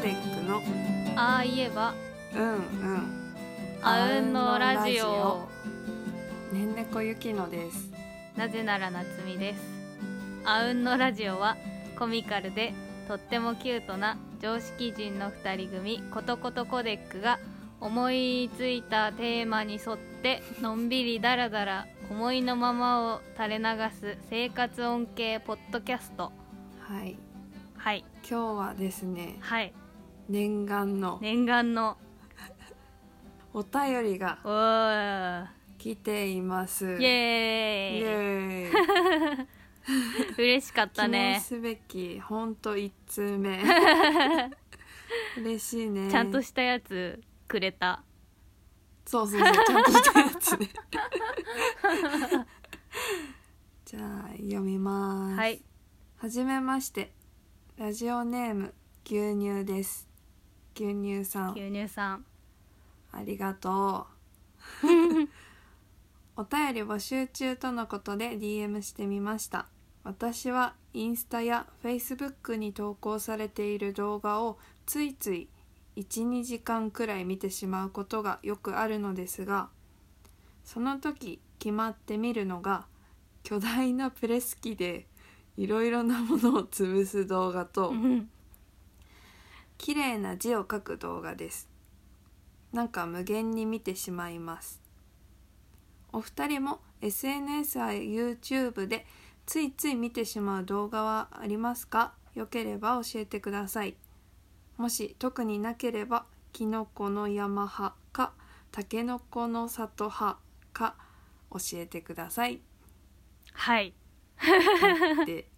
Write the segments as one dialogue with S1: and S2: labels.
S1: デックの
S2: ああ言えばあうんのラジオ。
S1: ねんねこゆきのです。
S2: なぜならなつみです。あうんのラジオはコミカルでとってもキュートな常識人の2人組ことことコデックが思いついたテーマに沿ってのんびりだらだら思いのままを垂れ流す生活音系ポッドキャスト。
S1: はい
S2: はい、
S1: 今日はですね、
S2: はい、
S1: 念願のお便りが
S2: おー
S1: 来ています。
S2: イエーイ
S1: イエーイ
S2: 嬉しかった
S1: 記念
S2: ね。
S1: すべきほんと1通目嬉しいね。
S2: ちゃんとしたやつくれた。
S1: そうちゃんとしたやつねじゃあ読みます。
S2: はい、
S1: はじめまして、ラジオネーム牛乳です。牛乳さん、
S2: 牛乳さん
S1: ありがとうお便り募集中とのことで DM してみました。私はインスタや Facebook に投稿されている動画をついつい 1,2 時間くらい見てしまうことがよくあるのですが、その時決まって見るのが巨大なプレス機でいろいろなものを潰す動画と綺麗な字を書く動画です。なんか無限に見てしまいます。お二人も SNS や YouTube でついつい見てしまう動画はありますか？よければ教えてください。もし特になければキノコの山派かタケノコの里派か教えてください。
S2: はい
S1: で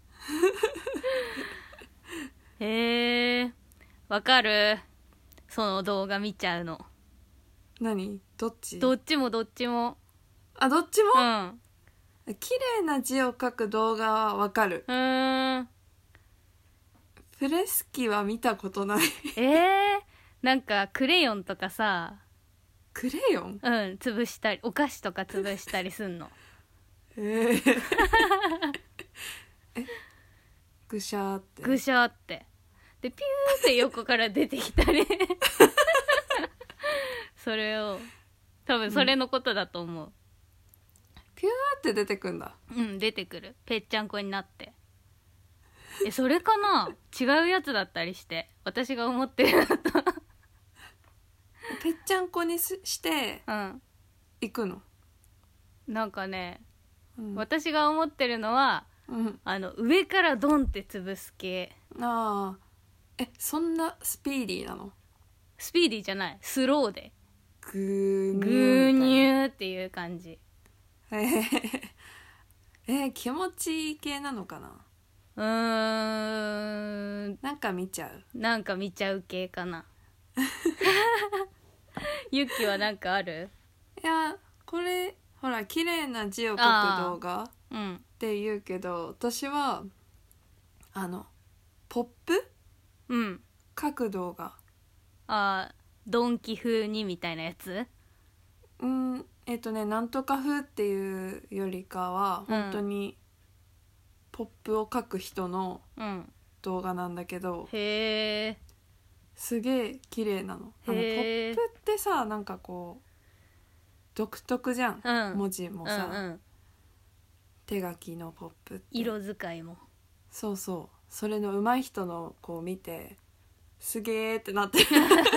S2: わかる。その動画見ちゃうの。
S1: 何？どっち？
S2: どっちもどっちも。
S1: あ、どっちも？
S2: うん
S1: 綺麗な字を書く動画はわかる。プレス機は見たことない
S2: なんかクレヨンとかさ、
S1: クレヨン？
S2: 潰したりお菓子とか潰したりすんの
S1: えぐしゃーって
S2: ぐしゃってでピューって横から出てきたりそれを多分それのことだと思う。
S1: ピューって出てくんだ。
S2: 出てくる。ぺっちゃんこになって。それかな？違うやつだったりして私が思ってるのと
S1: ぺっちゃんこにして行くの？
S2: なんかね、
S1: 私
S2: 私が思ってるのは、上からドンって潰す系。
S1: ああ、そんなスピーディーなの？
S2: スピーディーじゃない、スローで
S1: グーニ
S2: グ
S1: ュー
S2: ーニューっていう感じ。
S1: 気持ちいい系なのかな？なんか見ちゃう
S2: 系かなゆっきはなんかある？
S1: いや、これほら綺麗な字を書く動画って言うけど、私はポップ書く動画。
S2: ドンキ風にみたいなやつ？
S1: なんとか風っていうよりかは本当にポップを書く人の動画なんだけど、
S2: へー、
S1: すげえ綺麗なの。ポップってさ、なんかこう独特じゃん、文字もさ、手書きのポップって
S2: 色使いも
S1: そうそれの上手い人のこう見てすげーってなってる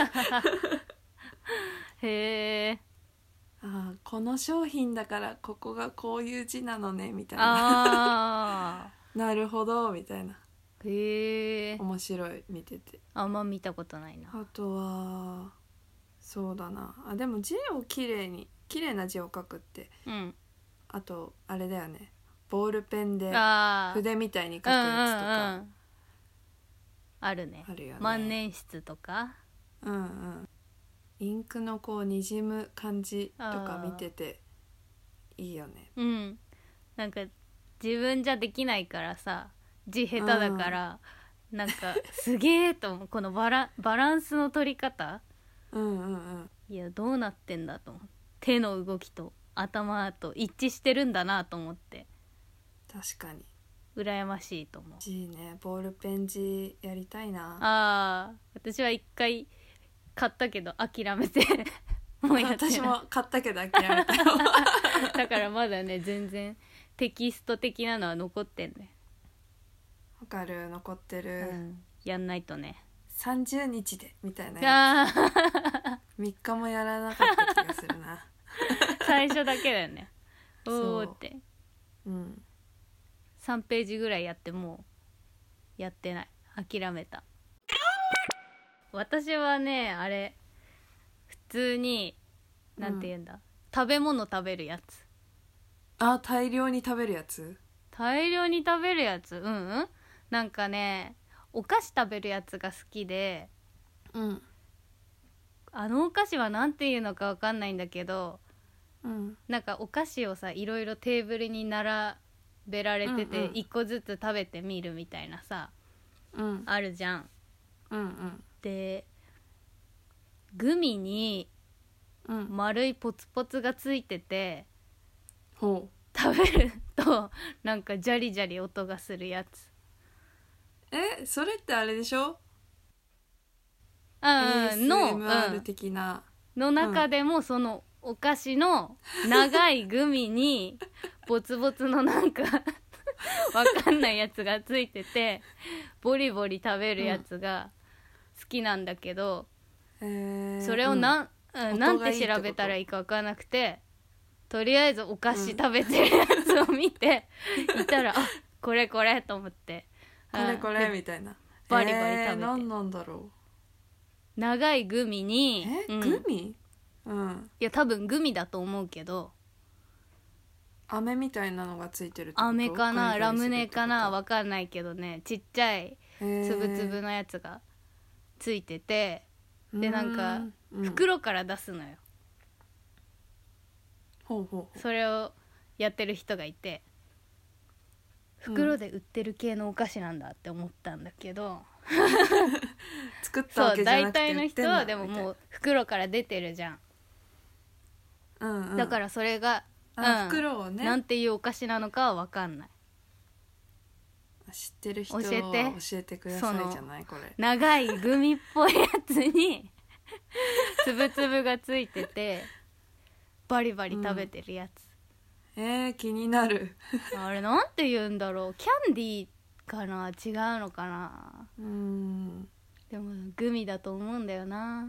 S2: へー、
S1: この商品だからここがこういう字なのねみたいななるほどみたいな。
S2: へー、
S1: 面白い、見てて。
S2: あんま見たことないな。
S1: あとはそうだな、でも字を綺麗な字を書くって、あとあれだよね、ボールペンで筆みたいに書くやつとか、
S2: あるね。万年筆とかイ
S1: ンクのこうにじむ感じとか見てていいよね。
S2: なんか自分じゃできないからさ、字下手だから、なんかすげーと思うこのバランスの取り方。いやどうなってんだと思う。手の動きと頭と一致してるんだなと思って。
S1: 確かに
S2: 羨ましいと思う。
S1: いいね、ボールペン字やりたいな。
S2: 私は一回買ったけど諦めてもうやってない。
S1: 私も買ったけど諦めたよ
S2: だからまだね全然テキスト的なのは残ってんね。
S1: わかる、残ってる、
S2: やんないとね。
S1: 30日でみたいなやつ
S2: 3
S1: 3日もやらなかった気がするな
S2: 最初だけだよね。
S1: そう
S2: おーって
S1: うん
S2: 3ページぐらいやってもうやってない、諦めた。私はねあれ普通になんて言うんだ、食べ物食べるやつ。
S1: 大量に食べるやつ。
S2: 大量に食べるやつ、なんかねお菓子食べるやつが好きで、あのお菓子はなんていうのかわかんないんだけど、なんかお菓子をさいろいろテーブルに並べられてて、一個ずつ食べてみるみたいなさ、あるじゃん。でグミに丸いポツポツがついてて、
S1: ほ
S2: 食べるとなんかジャリジャリ音がするやつ。
S1: それってあれでしょ、
S2: の
S1: ASMR 的な、
S2: の中でもそのお菓子の長いグミにボツボツのなんかわかんないやつがついててボリボリ食べるやつが好きなんだけど、それをなんて調べたらいいか分からなくて、とりあえずお菓子食べてるやつを見て、いたらこれこれと思って、
S1: これこれみたいな、
S2: バリバリ食べて、
S1: 何なんだろ
S2: 長いグミに
S1: グミ、
S2: いや多分グミだと思うけど、
S1: 飴みたいなのがついてるってこと？
S2: 飴かなラムネかな
S1: わ
S2: わかんないけどね、ちっちゃいつぶつぶのやつがついてて、でなんか袋から出すのよ。それをやってる人がいて、袋で売ってる系のお菓子なんだって思ったんだけど、
S1: 作ったわけじゃなくて
S2: 大体の人はでももう袋から出てるじゃん、だからそれが、
S1: 袋をね
S2: なんていうお菓子なのかは分かんない。
S1: 知ってる人は
S2: 教
S1: えてくださいじゃないこれ。
S2: 長いグミっぽいやつにつぶつぶがついててバリバリ食べてるやつ、
S1: 気になる
S2: あれなんて言うんだろう、キャンディーかな、違うのかな。でもグミだと思うんだよな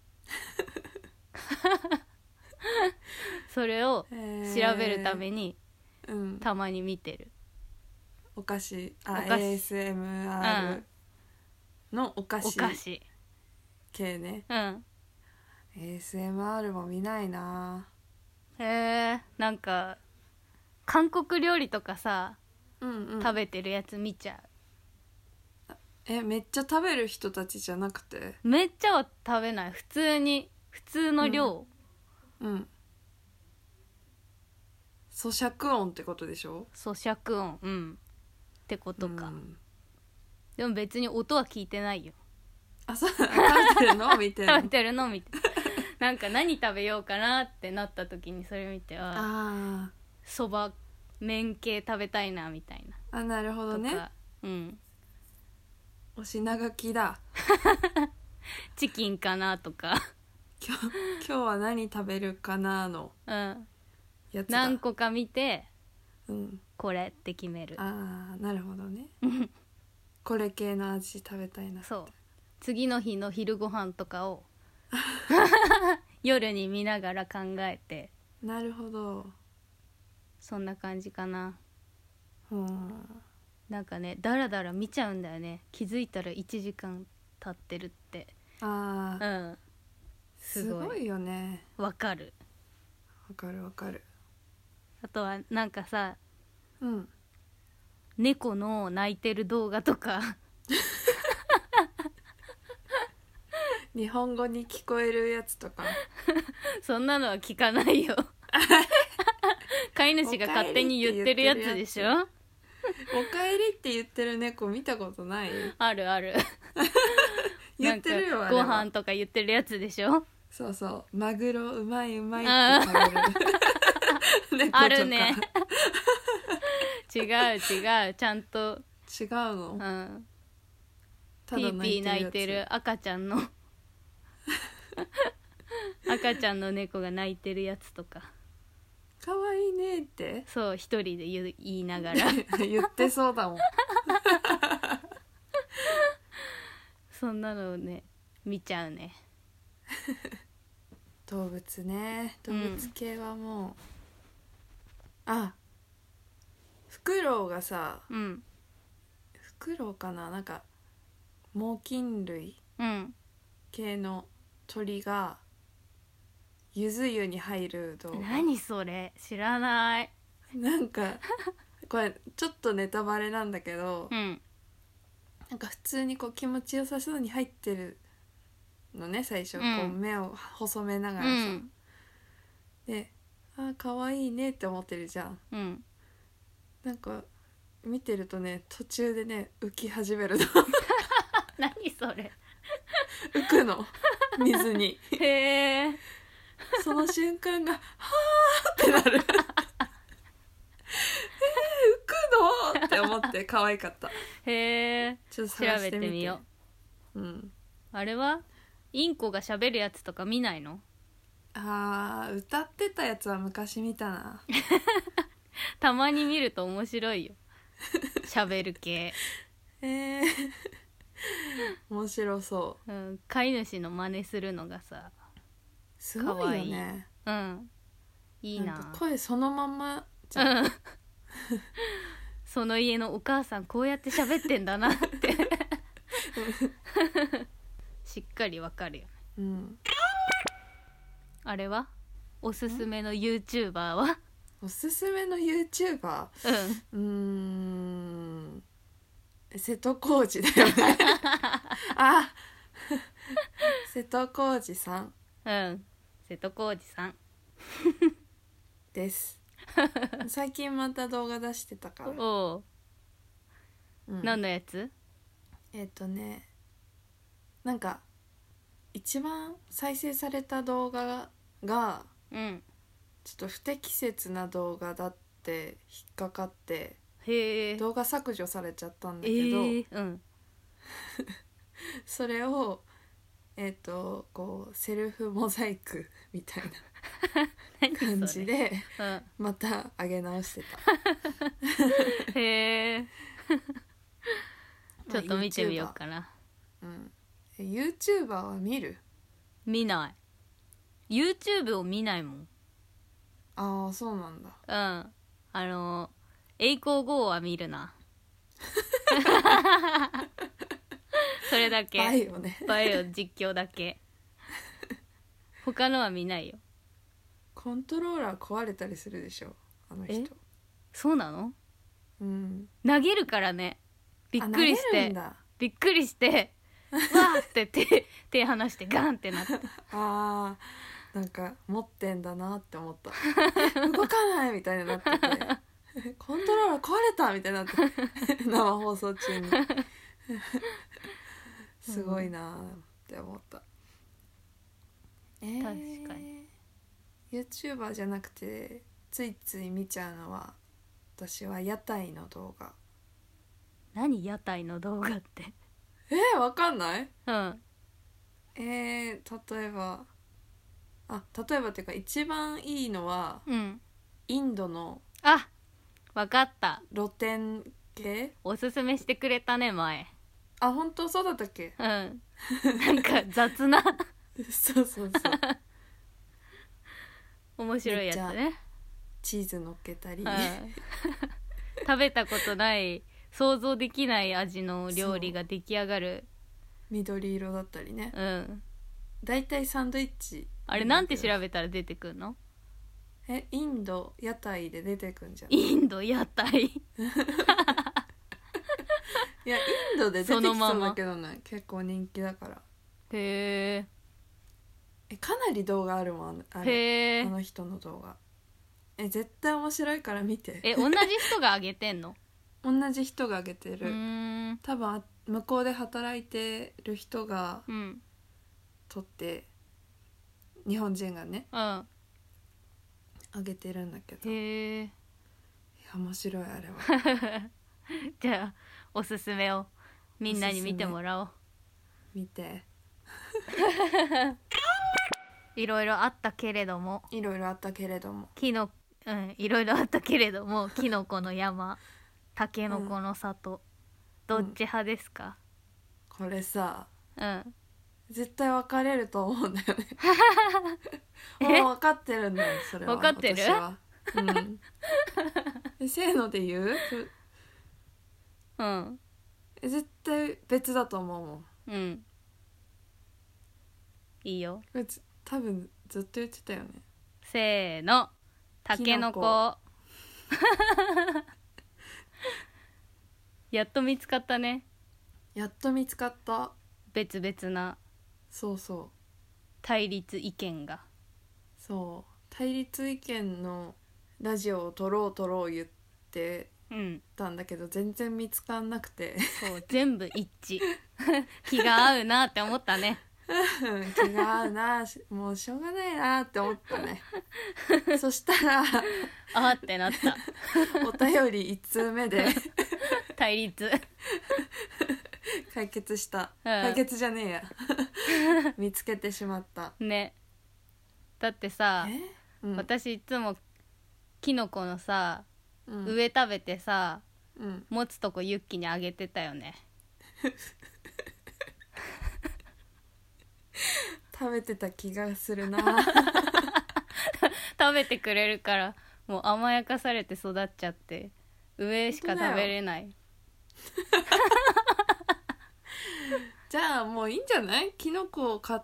S2: それを調べるために、たまに見てる。
S1: お菓子ASMR のお菓子系ね。ASMR も見ないな。
S2: なんか韓国料理とかさ、食べてるやつ見ちゃ
S1: う。めっちゃ食べる人たちじゃなくて？
S2: めっちゃは食べない、普通の量。
S1: 咀嚼音ってことでしょ？
S2: 咀嚼音、ってことか、でも別に音は聞いてないよ。
S1: そう食べてるのを見てるの
S2: 食べてるのを見てなんか何食べようかなってなった時にそれ見て、そば麺系食べたいなみたいな。
S1: なるほどね。お品書きだ
S2: チキンかなとか
S1: 今日は何食べるかなのやつだ。
S2: 何個か見て、これって決める。
S1: なるほどねこれ系の味食べたいな。
S2: そう、次の日の昼ご飯とかを夜に見ながら考えて。
S1: なるほど、
S2: そんな感じかな。なんかねだらだら見ちゃうんだよね。気づいたら1時間経ってるって。
S1: すごいよね。
S2: わかる。あとはなんかさ、猫の泣いてる動画とか
S1: 日本語に聞こえるやつとか
S2: そんなのは聞かないよ飼い主が勝手に言ってるやつでしょ。
S1: おかえりって言ってる猫見たことない？
S2: ある
S1: 言ってるよ。
S2: なんかご飯とか言ってるやつでしょ。
S1: そうマグロうまいうまいって食べる猫とか
S2: あるね違うちゃんと、
S1: 違うの、ただ
S2: ピーピー泣いて
S1: や
S2: る赤ちゃんの赤ちゃんの猫が泣いてるやつとか、
S1: つかわいいねって
S2: そう一人で言いながら
S1: 言ってそうだもん。
S2: そんなのをね見ちゃうね。
S1: 動物ね、動物系はもう、あ、フクロウがさ、
S2: うん
S1: フクロウかな、なんか猛禽類
S2: うん
S1: 系の鳥がゆず湯に入る動画。
S2: 何それ知らない。
S1: なんかこれちょっとネタバレなんだけど、
S2: うん
S1: なんか普通にこう気持ちよさそうに入ってるのね、最初、こう目を細めながらさ、で、あ、可愛いねって思ってるじゃん。なんか見てるとね、途中でね浮き始めるの。
S2: 何それ
S1: 浮くの、水に。
S2: へえ
S1: その瞬間がはーってなる。浮くのって思って可愛かった。
S2: へえ、
S1: ちょっと
S2: 調べ
S1: 探してみて。
S2: てみよ
S1: う。うん。
S2: あれはインコが喋るやつとか見ないの？
S1: 歌ってたやつは昔見たな。
S2: たまに見ると面白いよ。喋る系。
S1: 面白そう。
S2: 飼い主の真似するのがさ、
S1: すごいよね。
S2: いいな。
S1: んか声そのまんまじゃん。
S2: その家のお母さんこうやって喋ってんだなってしっかりわかるよね。あれはおすすめの YouTuber は？
S1: おすすめの YouTuber？ 瀬戸康史だよね。あ、瀬戸康史さん。
S2: 瀬戸康史さん
S1: です。最近また動画出してたから。
S2: 何のやつ？
S1: なんか一番再生された動画が、ちょっと不適切な動画だって引っかかって、動画削除されちゃったんだけど、それをこうセルフモザイクみたいな感じでまた上げ直してた。
S2: へえちょっと見てみようかな。
S1: YouTuber は見る？
S2: 見ない。 YouTube を見ないもん。
S1: ああ、そうなんだ。
S2: 栄光号は見るな。それだけ。
S1: バイオね。
S2: バイオ実況だけ。他のは見ないよ。
S1: コントローラー壊れたりするでしょ、あの人。
S2: そうなの？
S1: 投
S2: げるからね。びっくりして。びっくりして。わーって手離してガンってなって。
S1: なんか持ってんだなって思った。動かないみたいになってて、コントローラー壊れたみたいになって生放送中にすごいなって思った。
S2: 確かに
S1: YouTuber じゃなくてついつい見ちゃうのは、私は屋台の動画。
S2: 何屋台の動画って？
S1: わかんない？例えばっていうか一番いいのは、インドの
S2: わかった。
S1: 露店系？
S2: おすすめしてくれたね前。
S1: 本当？そうだったっけ？
S2: なんか雑な
S1: そう
S2: 面白いやつね。
S1: チーズ乗っけたり、
S2: 食べたことない想像できない味の料理が出来上がる。
S1: 緑色だったりね。だいたいサンドイッチ。
S2: あれなんて調べたら出てくるの？
S1: インド屋台で出てくんじゃん。
S2: インド屋台
S1: いや、インドで出てきそうだけどね、結構人気だから。
S2: へ
S1: え。かなり動画あるもん、あれ。あの人の動画。絶対面白いから見て。
S2: 同じ人が上げてんの？
S1: 同じ人が上げてる。多分向こうで働いてる人が撮って、日本人がね、上げてるんだけど、いや面白いあれは。
S2: じゃあおすすめをみんなに見てもらおう。
S1: 見て。
S2: いろいろあったけれども
S1: いろいろあったけれども。
S2: いろいろあったけれどもキノコの山、タケノコの里、どっち派ですか？
S1: これさ、
S2: うん。
S1: 絶対分かれると思うんだよね。もう分かってるんだよそれは。
S2: 分かってる？
S1: 私は。せーので言う？
S2: うん。
S1: 絶対別だと思うもん。
S2: うん。いいよ。
S1: 多分ずっと言ってたよね。
S2: せーの、タケノコ。やっと見つかったね。
S1: やっと見つかった。
S2: 別々な
S1: そうそう。
S2: 対立意見が。
S1: そう。対立意見のラジオを撮ろう言ってたんだけど、全然見つかんなくて。
S2: そう全部一致。気が合うなって思ったね。
S1: 気が合うな、もうしょうがないなって思ったね。そしたら
S2: あーってなった。
S1: お便り1通目で
S2: 対立
S1: 解決した、
S2: うん、
S1: 解決じゃねえや。見つけてしまった
S2: ね。だってさ、私いつもキノコのさ、上食べてさ、持つとこユッキにあげてたよね。
S1: 食べてた気がするな。
S2: 食べてくれるからもう甘やかされて育っちゃって上しか食べれない。
S1: じゃあもういいんじゃない？キノコを買って、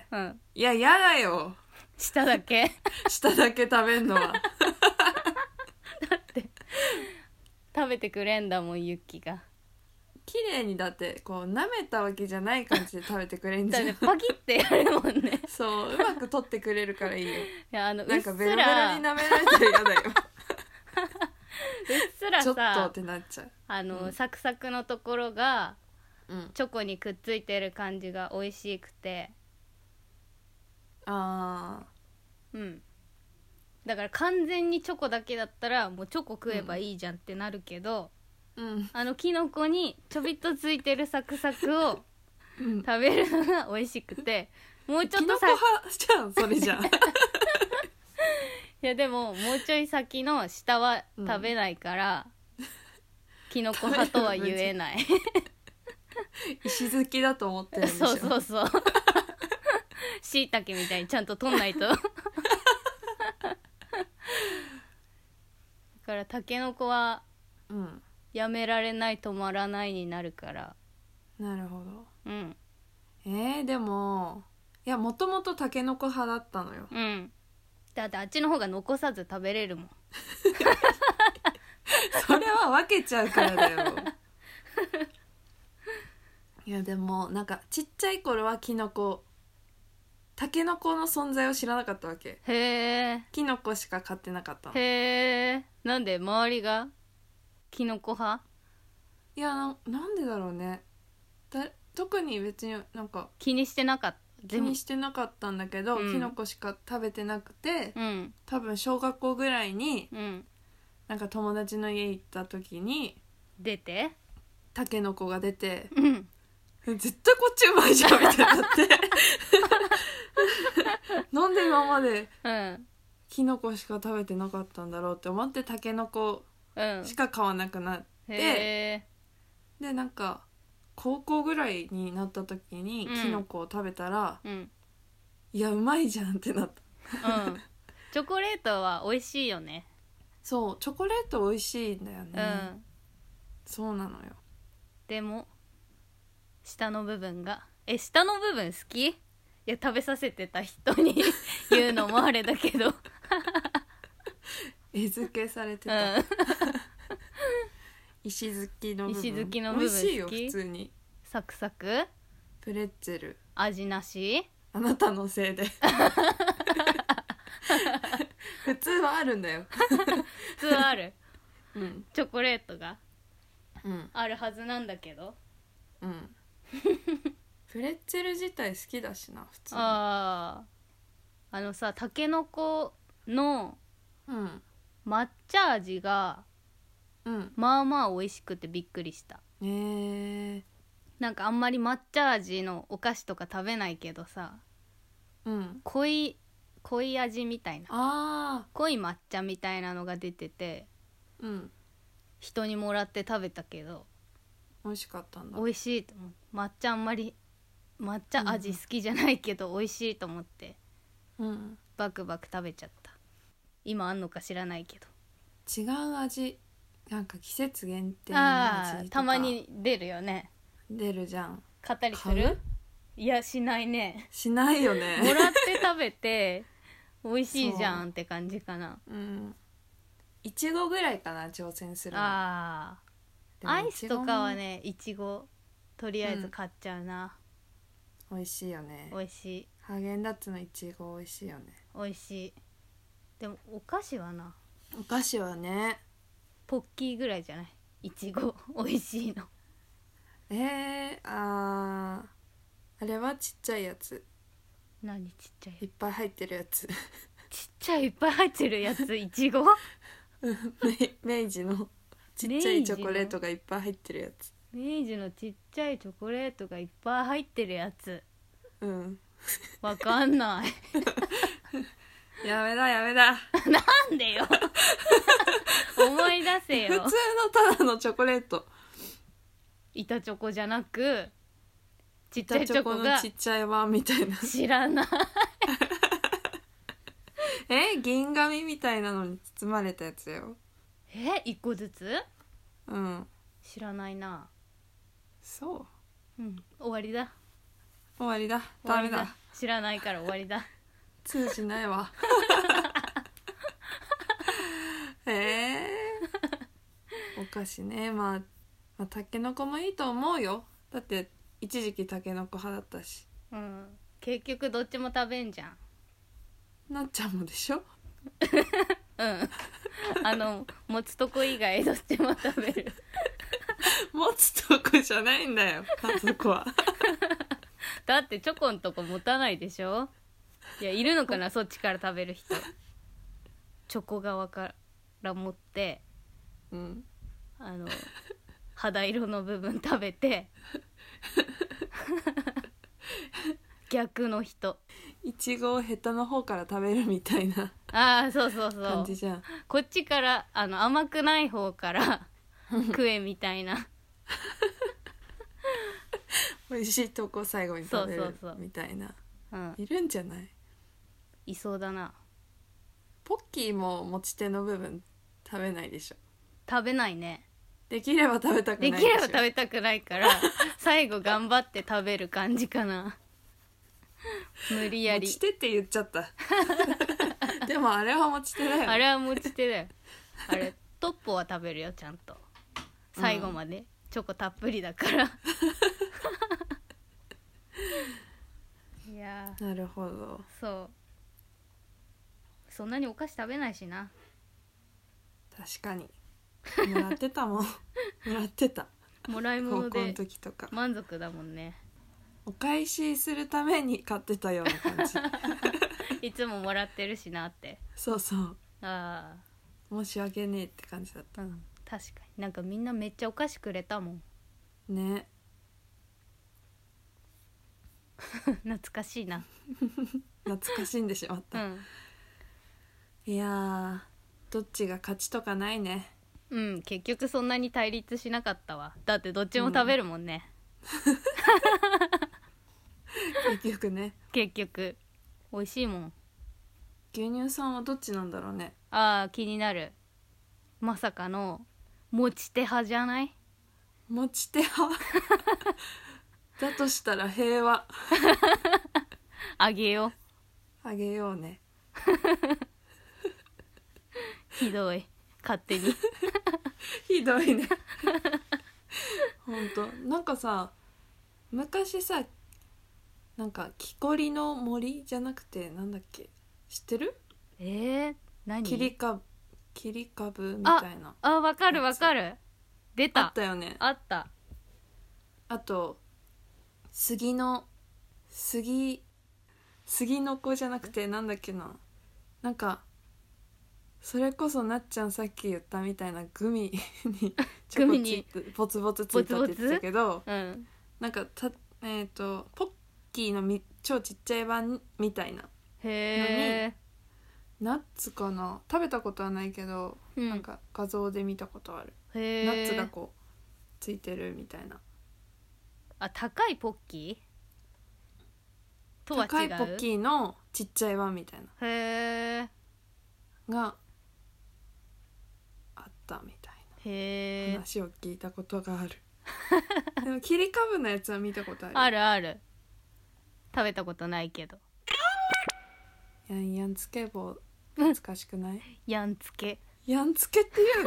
S1: いややだよ。
S2: 下だけ
S1: 下だけ食べんのは。
S2: だって食べてくれんだもんユッキが。
S1: 綺麗にだってこう舐めたわけじゃない感じで食べてくれんじゃん。
S2: だってパキってやるもんね。
S1: そう、うまく取ってくれるからいいよ。い
S2: や
S1: なんかベロベロに舐められたら嫌だよ。
S2: うっすらさ
S1: ちょっとってなっちゃう。
S2: サクサクのところが、チョコにくっついてる感じが美味しくて、だから完全にチョコだけだったらもうチョコ食えばいいじゃんってなるけど、キノコにちょびっとついてるサクサクを食べるのが美味しくて、もうちょっと
S1: キノコ派じゃんそれじゃん。
S2: いやでももうちょい先の下は食べないから、キノコ派とは言えない。
S1: 石突きだと思ってるんでしょ。
S2: そうしいたけみたいにちゃんと取んないと。だからタケノコはやめられない、止まらないになるから。
S1: なるほど。でもいやもともとタケノコ派だったのよ。
S2: だってあっちの方が残さず食べれるもん。
S1: それは分けちゃうからだよ。いやでもなんかちっちゃい頃はタケノコの存在を知らなかったわけ。キノコしか買ってなかったの。
S2: なんで周りがキノコ派？
S1: いやなんでだろうね。特に別になんか
S2: 気にしてなかった。
S1: 気にしてなかったんだけど、キノコしか食べてなくて、多分小学校ぐらいに、なんか友達の家行った時に
S2: 出て
S1: タケノコが出て、絶対こっちうまいじゃんみたいになって。なんで今までキノコしか食べてなかったんだろうって思ってタケノコしか買わなくなって、でなんか高校ぐらいになった時にキノコを食べたら、いやうまいじゃんってなった。
S2: チョコレートは美味しいよね。
S1: そうチョコレート美味しいんだよね。そうなのよ。
S2: でも下の部分が下の部分好き？いや食べさせてた人に言うのもあれだけど。
S1: 餌付けされてた。石突きの部分美味しいよ普通に。
S2: サクサク
S1: プレッツェル
S2: 味なし？
S1: あなたのせいで。普通はあるんだよ。
S2: 普通はある。チョコレートがあるはずなんだけど。
S1: プレッツェル自体好きだしな普通に。
S2: さタケノコの抹茶味がまあまあ美味しくてびっくりした。
S1: ー、
S2: なんかあんまり抹茶味のお菓子とか食べないけどさ、濃い味みたいな、濃い抹茶みたいなのが出てて、人にもらって食べたけど
S1: 美味しかったんだ。
S2: 美味しいと思う。あんまり抹茶味好きじゃないけど美味しいと思って、バクバク食べちゃった。今あんのか知らないけど。
S1: 違う味、なんか季節限定の味とか
S2: たまに出るよね。
S1: 出るじゃん。
S2: 買ったりする？いやしないね。
S1: しないよね。
S2: もらって食べて美味しいじゃんって感じかな。
S1: いちごぐらいかな、挑戦するの。
S2: アイスとかはね、いちごとりあえず買っちゃうな。
S1: 美味しいよね。
S2: 美味しい。
S1: ハーゲンダッツのいちご美味しいよね。
S2: 美味しい。でもお菓子はな、
S1: お菓子はね、
S2: ポッキーぐらいじゃない？いちご美味しいの。
S1: あれはちっちゃいやつ。
S2: 何ちっちゃい？
S1: いっぱい入ってるやつ。
S2: ちっちゃいいっぱい入ってるやつ、いちご？
S1: 明治のちっちゃいチョコレートがいっぱい入ってるやつ。
S2: 明治のちっちゃいチョコレートがいっぱい入ってるやつ。わかんない。
S1: やめだやめだ。
S2: なんでよ。思い出せよ。
S1: 普通のただのチョコレート。
S2: 板チョコじゃなく、ちっちゃいチ
S1: 板チョコ
S2: ョコが。
S1: のちっちゃい版みたいな。
S2: 知らない。
S1: 銀紙みたいなのに包まれたやつだよ。
S2: 一個ずつ？知らないな。
S1: そう。
S2: 終わりだ。
S1: 終わりだ。ダメだ。
S2: 知らないから終わりだ。
S1: 通じないわ。お菓子ね、まあたけのこもいいと思うよ。だって一時期たけのこ派だったし。
S2: 結局どっちも食べんじゃん。
S1: なっちゃんもでしょ。
S2: 持つとこ以外どっちも食べる。
S1: 持つとこじゃないんだよ、あそこは。
S2: だってチョコんとこ持たないでしょ。いや、いるのかな、そっちから食べる人。チョコ側から持って、肌色の部分食べて逆の人、
S1: いちごをヘタの方から食べるみたいな
S2: そうそうそう
S1: 感じじゃん。
S2: こっちから甘くない方から食えみたいな。
S1: 美味しいとこ最後に食べるみたいな。いるんじゃない？
S2: いそうだな。
S1: ポッキーも持ち手の部分食べないでしょ。
S2: 食べないね。
S1: できれば食べたくないでしょ。
S2: できれば食べたくないから最後頑張って食べる感じかな。無理やり。
S1: 持ち手って言っちゃった。でもあれは持ち手だよ、ね。
S2: あれは持ち手だよ。あれトッポは食べるよ、ちゃんと最後まで、チョコたっぷりだから。いや
S1: なるほど。
S2: そんなにお菓子食べないしな。
S1: 確かにもらってたもん。もらってた。
S2: もらい物
S1: 高校の
S2: で
S1: 時とか
S2: 満足だもんね。
S1: お返しするために買ってたような感じ。
S2: いつももらってるしなって。
S1: そうそう。
S2: 申
S1: し訳ねえって感じだった。
S2: 確かになんかみんなめっちゃお菓子くれたもん
S1: ね。
S2: 懐かしいな。
S1: 懐かしんでしまった、いやどっちが勝ちとかないね。
S2: 結局そんなに対立しなかったわ。だってどっちも食べるもんね、
S1: 結局ね。
S2: 結局美味しいもん。
S1: 牛乳さんはどっちなんだろうね。
S2: 気になる。まさかの持ち手派じゃない？
S1: 持ち手派。だとしたら平和。
S2: あげよ
S1: う。あげようね。
S2: ひどい。勝手に。
S1: ひどいね。ほんとなんかさ、昔さ、なんか木こりの森じゃなくてなんだっけ、知ってる？
S2: 何？
S1: 切り株みたいな。
S2: わかるわかる。出た。
S1: あったよね。
S2: あった。
S1: あと杉の子じゃなくてなんだっけな、なんかそれこそなっちゃんさっき言ったみたいなグミにチョコ
S2: グミに
S1: チップボツボツついたって言ってたけど、
S2: うん
S1: なんかポッキーの超ちっちゃい版みたいな
S2: へえ
S1: ナッツかな、食べたことはないけど、
S2: うん
S1: なんか画像で見たことある。
S2: へえ
S1: ナッツがこうついてるみたいな。
S2: あ、高いポッキーとは違う。
S1: 高いポッキーのちっちゃい版みたい
S2: へえ
S1: ながあったみたい
S2: へえ
S1: な話を聞いたことがあるでも切り株のやつは見たことある。
S2: あるある、食べたことないけど。
S1: ヤンヤンつけ棒懐かしくない
S2: やんつけ
S1: ヤンつけっていうの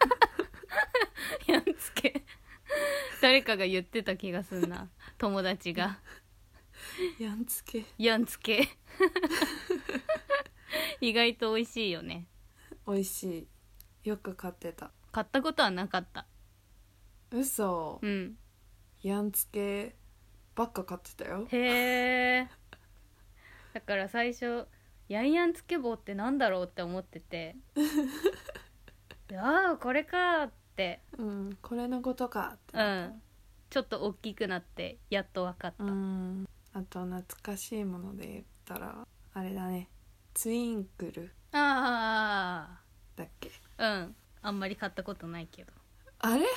S2: やんつけ誰かが言ってた気がすんな、友達が
S1: ヤンつけ
S2: やんつけ意外と美味しいよね。
S1: 美味しい。よく買ってた。
S2: 買ったことはなかった。
S1: 嘘、
S2: うん。
S1: ヤンつけばっか買ってたよ。
S2: へえ。だから最初ヤンヤンつけ棒ってなんだろうって思っててああこれかって、
S1: うん、これのことかって
S2: うん、ちょっと大きくなってやっと分かった。
S1: うん。あと懐かしいもので言ったらあれだね、ツインクル
S2: あ
S1: だっけ。
S2: あ、うんあんまり買ったことないけど。
S1: あれ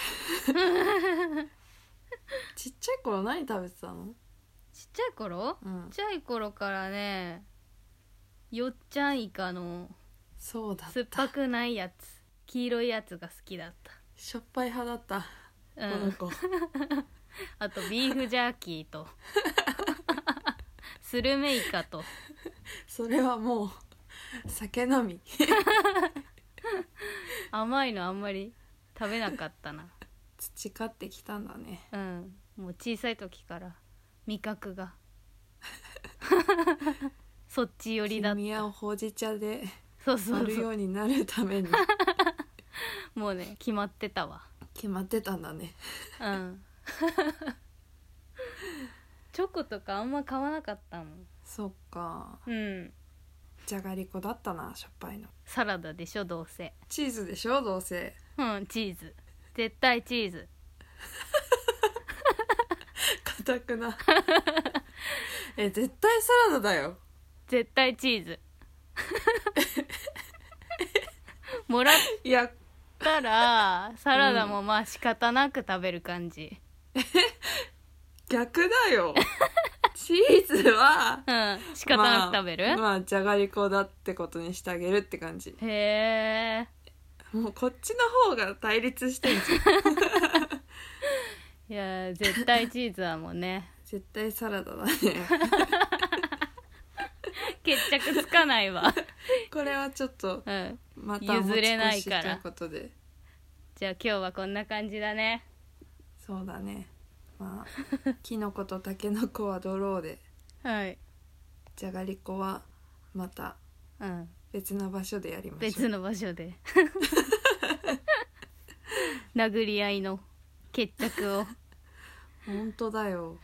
S1: ちっちゃい頃何食べてたの？
S2: ちっちゃい頃、
S1: うん
S2: ちっちゃい頃からね、よっちゃんイカの
S1: そうだった。
S2: 酸っぱくないやつ、黄色いやつが好きだっ
S1: しょっぱい派だった
S2: た。
S1: この子、
S2: あとビーフジャーキーとスルメイカと。
S1: それはもう酒飲み
S2: 甘いのあんまり食べなかったな。
S1: 培ってきたんだね。
S2: うんもう小さい時から味覚がそっち寄りだった。
S1: 君はほうじ茶で
S2: そうそう
S1: 割る
S2: そう、
S1: ようになるために
S2: もうね決まってたわ。
S1: 決まってたんだね。
S2: うんチョコとかあんま買わなかったもん。
S1: そっか、
S2: うん
S1: じゃがりこだったな、しょっぱいの。
S2: サラダでしょどうせ。
S1: チーズでしょどうせ。
S2: うんチーズ、絶対チーズ。
S1: 硬くな絶対サラダだよ。
S2: 絶対チーズもらっ
S1: いや
S2: たらサラダもまあ仕方なく食べる感じ。
S1: 逆だよチーズは
S2: うん仕方なく食べる、
S1: まあじゃがりこだってことにしてあげるって感じ。
S2: へえ。
S1: もうこっちの方が対立してんじゃん
S2: いや絶対チーズはもうね
S1: 絶対サラダだね
S2: 決着つかないわ
S1: これはちょっと
S2: うん
S1: また
S2: 譲れないから
S1: 持ち越しということで。
S2: じゃあ今日はこんな感じだね。
S1: そうだね。まあキノコとタケノコはドローで、
S2: はい
S1: じゃがりこはまた
S2: うん
S1: 別の場所でやりましょう。
S2: 別の場所で殴り合いの決着を
S1: 本当だよ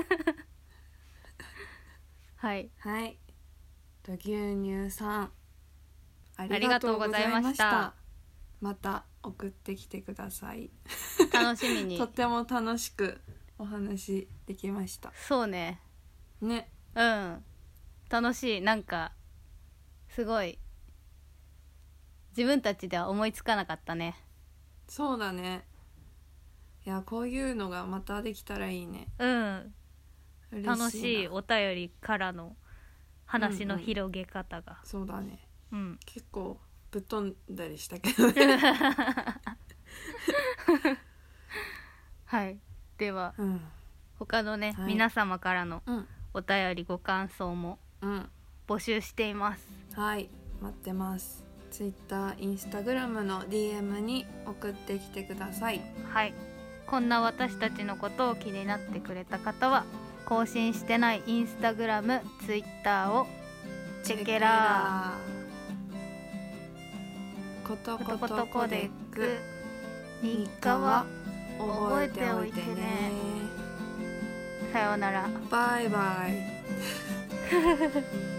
S2: はい
S1: はい。牛乳さんあ
S2: りがとうございました。
S1: また送ってきてください
S2: 楽しみに
S1: とっても楽しくお話できました
S2: そうね
S1: ね。
S2: うん楽しい。なんかすごい自分たちでは思いつかなかったね。
S1: そうだね。いやこういうのがまたできたらいいね。
S2: うん
S1: 嬉しいな。
S2: 楽しいお便りからの話の広げ方が、
S1: そうだね。
S2: うん
S1: 結構ぶっ飛んだりしたけどね
S2: はいでは
S1: うん
S2: 他のね、
S1: はい
S2: 皆様からの
S1: うん
S2: お便りご感想も
S1: うん
S2: 募集しています。
S1: はい待ってます。Twitter、Instagram の DM に送ってきてください。
S2: はいこんな私たちのことを気になってくれた方は更新してないインスタグラム、ツイッターをチェケラ
S1: ー。こと
S2: ー。
S1: ことコ
S2: コデ
S1: デック
S2: ック
S1: 日
S2: 日
S1: 課は
S2: 課は
S1: 覚えておいて
S2: 覚えておいて
S1: ね
S2: ね。さようなら。
S1: バイバイ